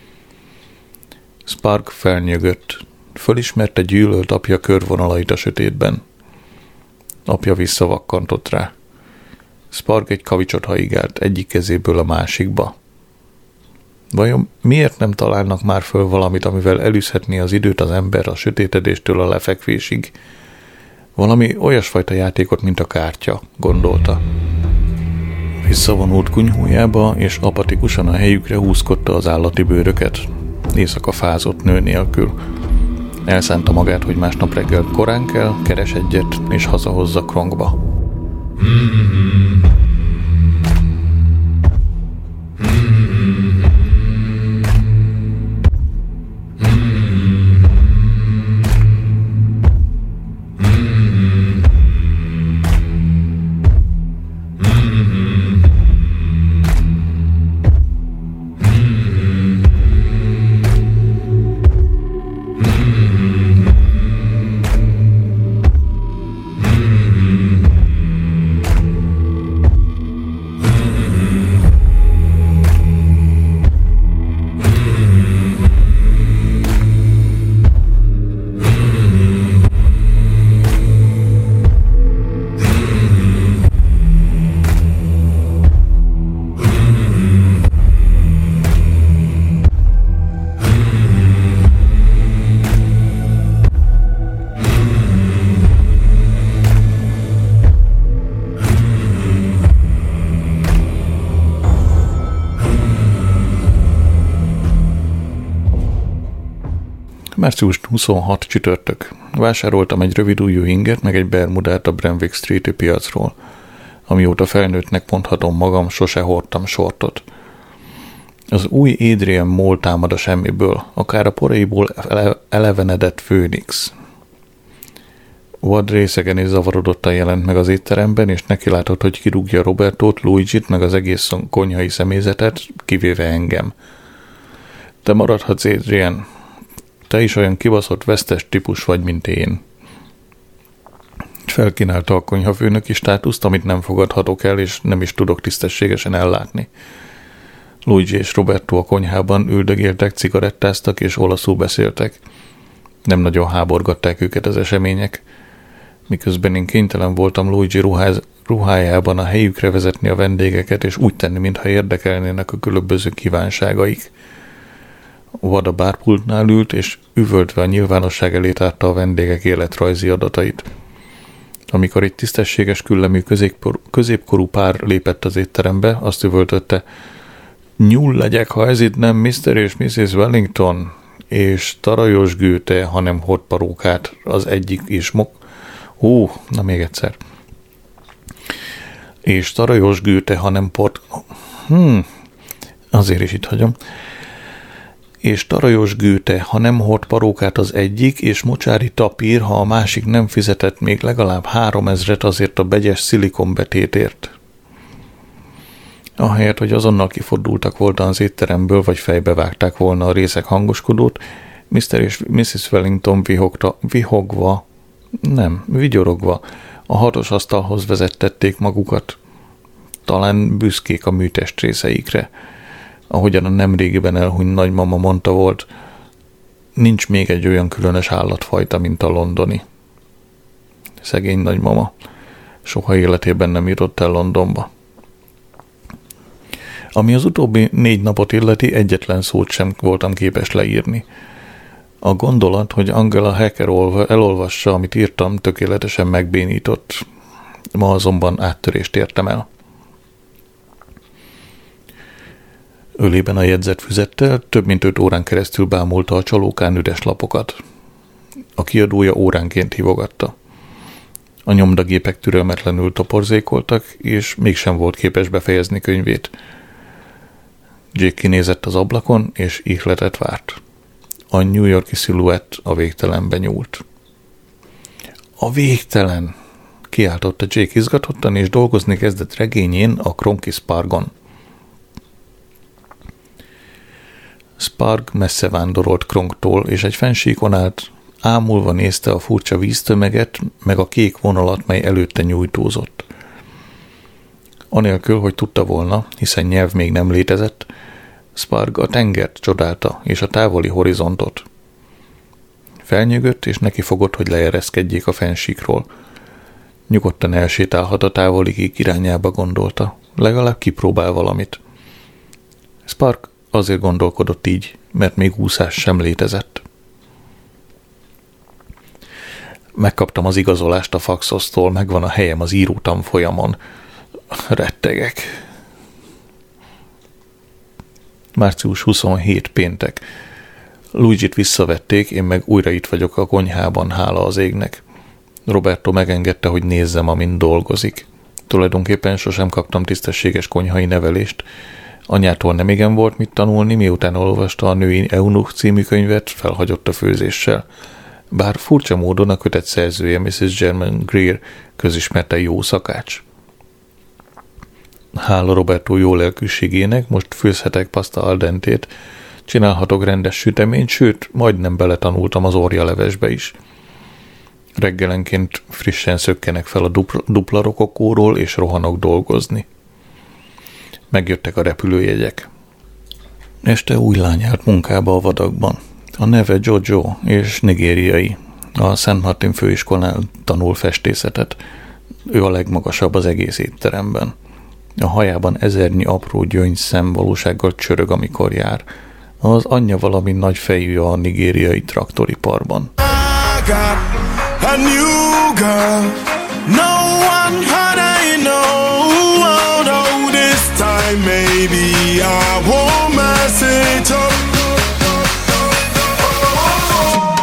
Sparg felnyögött. Fölismerte gyűlölt apja körvonalait a sötétben. Apja visszavakkantott rá. Sparg egy kavicsot haigált egyik kezéből a másikba. Vajon miért nem találnak már föl valamit, amivel elűzhetné az időt az ember a sötétedéstől a lefekvésig? Valami olyasfajta játékot, mint a kártya, gondolta. Visszavonult kunyhójába, és apatikusan a helyükre húzkodta az állati bőröket. Éjszaka fázott nő nélkül. Elszánta magát, hogy másnap reggel korán kell, keres egyet, és hazahozza Kronkba. március huszonhatodika csütörtök. Vásároltam egy rövidujjú inget, meg egy bermudát a Brentwick Street-i piacról. Amióta felnőttnek mondhatom magam, sose hordtam sortot. Az új Adrian Mole támad a semmiből, akár a poraiból ele- elevenedett Phoenix. Wad részegen és zavarodottan jelent meg az étteremben, és neki látott, hogy kirúgja Robertót, Luigi-t, meg az egész konyhai személyzetet, kivéve engem. Te maradhatsz, Adrian. Te is olyan kibaszott vesztes típus vagy, mint én. Felkínálta a konyhafőnöki státuszt, amit nem fogadhatok el, és nem is tudok tisztességesen ellátni. Luigi és Roberto a konyhában üldögéltek, cigarettáztak és olaszul beszéltek. Nem nagyon háborgatták őket az események. Miközben én kénytelen voltam Luigi ruház, ruhájában a helyükre vezetni a vendégeket, és úgy tenni, mintha érdekelnének a különböző kívánságaik. Wad a bárpultnál ült, és üvöltve a nyilvánosság elé tárta a vendégek életrajzi adatait. Amikor egy tisztességes küllemű középkorú pár lépett az étterembe, azt üvöltötte: nyúl legyek, ha ez itt nem miszter és missziz Wellington, és tarajos Gőte, hanem hotparókát az egyik is mok... Hú, na még egyszer. És tarajos Gőte, hanem port... Hmm, azért is itt hagyom. És tarajos Gőte, ha nem hord parókát az egyik, és mocsári tapír, ha a másik nem fizetett még legalább három ezret azért a begyes szilikonbetétért. Ahelyett, hogy azonnal kifordultak volna az étteremből, vagy fejbevágták volna a részek hangoskodót, miszter és missziz Wellington vihogta, vihogva, nem, vigyorogva, a hatos asztalhoz vezettették magukat. Talán büszkék a műtest részeikre. Ahogyan a nemrégiben elhunyt nagymama mondta volt, nincs még egy olyan különös állatfajta, mint a londoni. Szegény nagymama. Soha életében nem jutott el Londonba. Ami az utóbbi négy napot illeti, egyetlen szót sem voltam képes leírni. A gondolat, hogy Angela Hacker elolvassa, amit írtam, tökéletesen megbénított. Ma azonban áttörést értem el. Ölében a jegyzetfüzettel több mint öt órán keresztül bámulta a csalókán üres lapokat. A kiadója óránként hívogatta. A nyomdagépek türelmetlenül toporzékoltak, és mégsem volt képes befejezni könyvét. Jake kinézett az ablakon, és ihletet várt. A New York-i sziluett a végtelenbe nyúlt. A végtelen! Kiáltotta Jake izgatottan, és dolgozni kezdett regényén, a Cronky Spargon. Sparg messze vándorolt Kronktól, és egy fennsíkon át ámulva nézte a furcsa víztömeget, meg a kék vonalat, mely előtte nyújtózott. Anélkül, hogy tudta volna, hiszen nyelv még nem létezett, Sparg a tengert csodálta, és a távoli horizontot. Felnyögött, és nekifogott, hogy leereszkedjék a fennsíkról. Nyugodtan elsétálhat a távoli kék irányába, gondolta. Legalább kipróbál valamit. Sparg azért gondolkodott így, mert még úszás sem létezett. Megkaptam az igazolást a faxosztól, megvan a helyem az írótanfolyamon. Rettegek. március huszonhetedike péntek. Luigi-t visszavették, én meg újra itt vagyok a konyhában, hála az égnek. Roberto megengedte, hogy nézzem, amint dolgozik. Tulajdonképpen sosem kaptam tisztességes konyhai nevelést. Anyától nem igen volt mit tanulni, miután olvasta a Női Eunuch című könyvet, felhagyott a főzéssel. Bár furcsa módon a kötet szerzője missziz German Greer közismerte jó szakács. Hála Roberto jó lelkűségének most főzhetek pasta al dentét, csinálhatok rendes süteményt, sőt, majdnem beletanultam az orjalevesbe is. Reggelenként frissen szökkenek fel a dupla, dupla rokokóról, és rohanok dolgozni. Megjöttek a repülőjegyek. Este új lány állt munkába a vadakban. A neve Jojo, és nigériai. A Szent Martin főiskolán tanul festészetet. Ő a legmagasabb az egész étteremben. A hajában ezernyi apró gyöngyszem valósággal csörög, amikor jár. Az anyja valami nagy fejű a nigériai traktoriparban. I got a new girl, no one had I know, oh no, this time maybe I won't mess it up.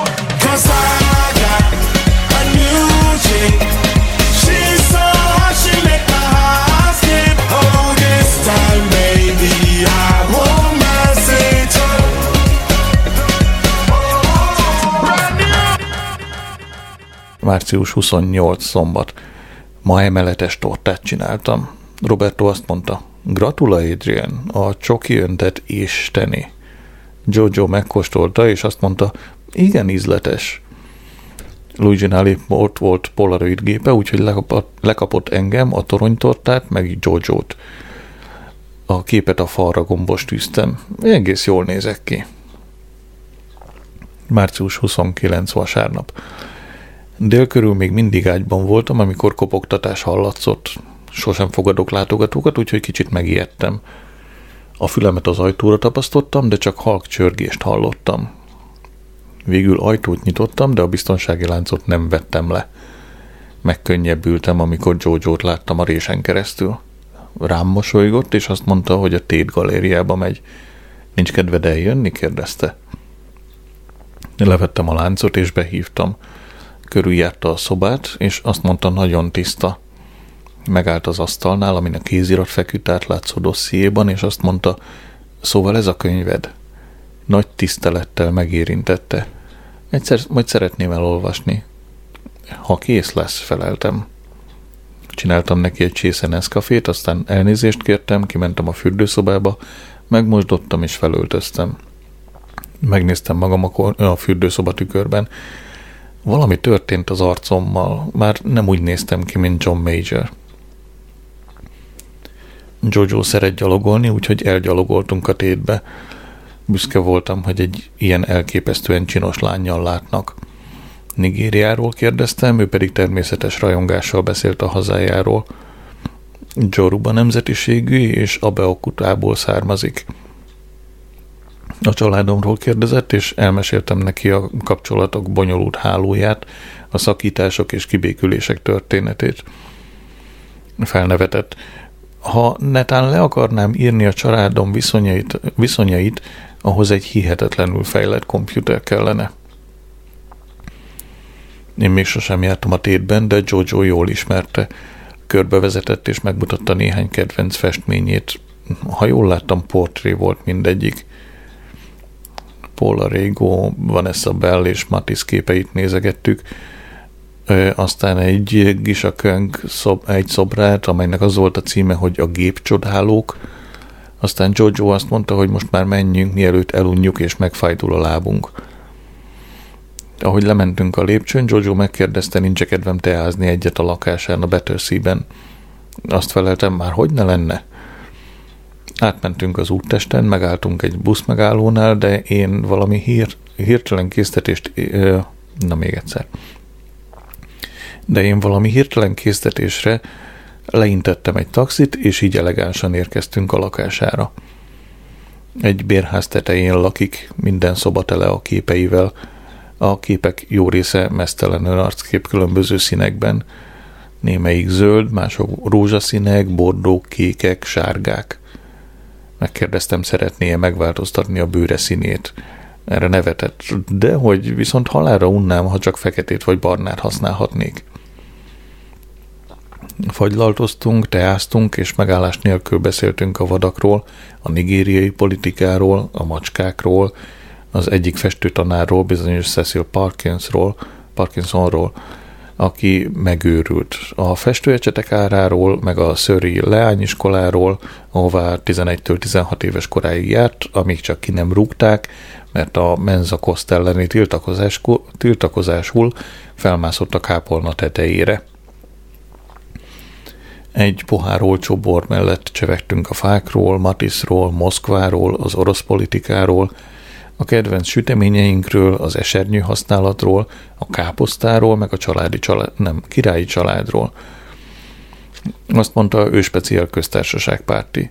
március huszonnyolc szombat. Ma emeletes tortát csináltam. Roberto azt mondta, gratulálj Adrian, a csoki öntet isteni. Jojo megkóstolta, és azt mondta, igen ízletes. Luigi Nali ott volt Polaroid gépe, úgyhogy lekapott, lekapott engem, a toronytortát, meg Jojo-t. A képet a falra gombos tűztem. Egész jól nézek ki. március huszonkilenc vasárnap. Dél körül még mindig ágyban voltam, amikor kopogtatás hallatszott. Sosem fogadok látogatókat, úgyhogy kicsit megijedtem. A fülemet az ajtóra tapasztottam, de csak halk csörgést hallottam. Végül ajtót nyitottam, de a biztonsági láncot nem vettem le. Megkönnyebbültem, amikor Jojo-t láttam a résen keresztül. Rám mosolygott, és azt mondta, hogy a Tate galériába megy. Nincs kedved eljönni? Kérdezte. Levettem a láncot, és behívtam. Körüljárta a szobát, és azt mondta, nagyon tiszta. Megállt az asztalnál, amin a kézirat feküdt átlátszó dossziéban, és azt mondta, szóval ez a könyved. Nagy tisztelettel megérintette. Egyszer majd szeretném elolvasni. Ha kész lesz, feleltem. Csináltam neki egy csésze Nescafét, aztán elnézést kértem, kimentem a fürdőszobába, megmosdottam és felöltöztem. Megnéztem magam a fürdőszoba tükörben. Valami történt az arcommal, már nem úgy néztem ki, mint John Major. Jojo szeret gyalogolni, úgyhogy elgyalogoltunk a Tate-be. Büszke voltam, hogy egy ilyen elképesztően csinos lánnyal látnak. Nigériáról kérdeztem, ő pedig természetes rajongással beszélt a hazájáról. Yoruba nemzetiségű és Abeokutából származik. A családomról kérdezett, és elmeséltem neki a kapcsolatok bonyolult hálóját, a szakítások és kibékülések történetét. Felnevetett. Ha netán le akarnám írni a családom viszonyait, viszonyait, ahhoz egy hihetetlenül fejlett komputer kellene. Én még sosem jártam a Tate-ben, de Jojo jól ismerte. Körbevezetett és megmutatta néhány kedvenc festményét. Ha jól láttam, portré volt mindegyik. Paula Rego, Vanessa Bell és Matisse képeit nézegettük. Ö, aztán egy Gisha Kung szob, egy szobrát, amelynek az volt a címe, hogy a gépcsodálók. Aztán Jojo azt mondta, hogy most már menjünk, mielőtt elunjuk és megfájdul a lábunk. Ahogy lementünk a lépcsőn, Jojo megkérdezte, nincs kedvem teázni egyet a lakásán a Battersea-ben. Azt feleltem, már hogy ne lenne? Átmentünk az úttesten, megálltunk egy buszmegállónál, de én valami hír, hirtelen késztetést... Na még egyszer. De én valami hirtelen késztetésre leintettem egy taxit, és így elegánsan érkeztünk a lakására. Egy bérház tetején lakik, minden szoba tele a képeivel. A képek jó része meztelenül arckép különböző színekben. Némelyik zöld, mások rózsaszínek, bordók, kékek, sárgák. Megkérdeztem, szeretné-e megváltoztatni a bőre színét. Erre nevetett, de hogy viszont halálra unnám, ha csak feketét vagy barnát használhatnék. Fagylaltoztunk, teáztunk, és megállás nélkül beszéltünk a vadakról, a nigériai politikáról, a macskákról, az egyik festőtanárról, bizonyos Cecil Parkinsonról, Parkinsonról, aki megőrült. A festőecsetek áráról, meg a Surrey leányiskoláról, ahová tizenegytől tizenhat éves koráig járt, amíg csak ki nem rúgták, mert a menza koszt elleni tiltakozás, tiltakozásul felmászott a kápolna tetejére. Egy pohár olcsó bor mellett csevegtünk a fákról, Matisse-ról, Moszkváról, az orosz politikáról, a kedvenc süteményeinkről, az esernyő használatról, a káposztáról, meg a családi család, nem, királyi családról. Azt mondta, ő speciál köztársaságpárti.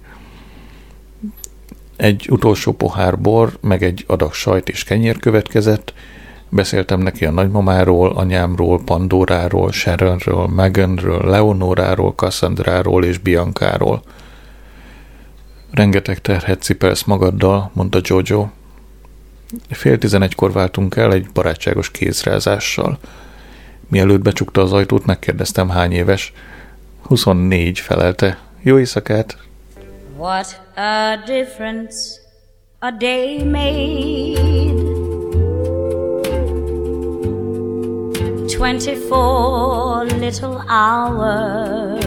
Egy utolsó pohár bor, meg egy adag sajt és kenyér következett. Beszéltem neki a nagymamáról, anyámról, Pandoráról, Sharonről, Meganről, Leonoráról, Cassandráról és Biancáról. Rengeteg terhet cipelsz magaddal, mondta Jojo. Fél tizenegykor váltunk el egy barátságos kézrázással. Mielőtt becsukta az ajtót, megkérdeztem, hány éves. huszonnégy, felelte. Jó éjszakát! What a difference a day made. twenty-four little hours.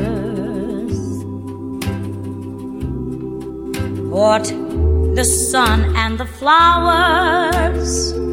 What the sun and the flowers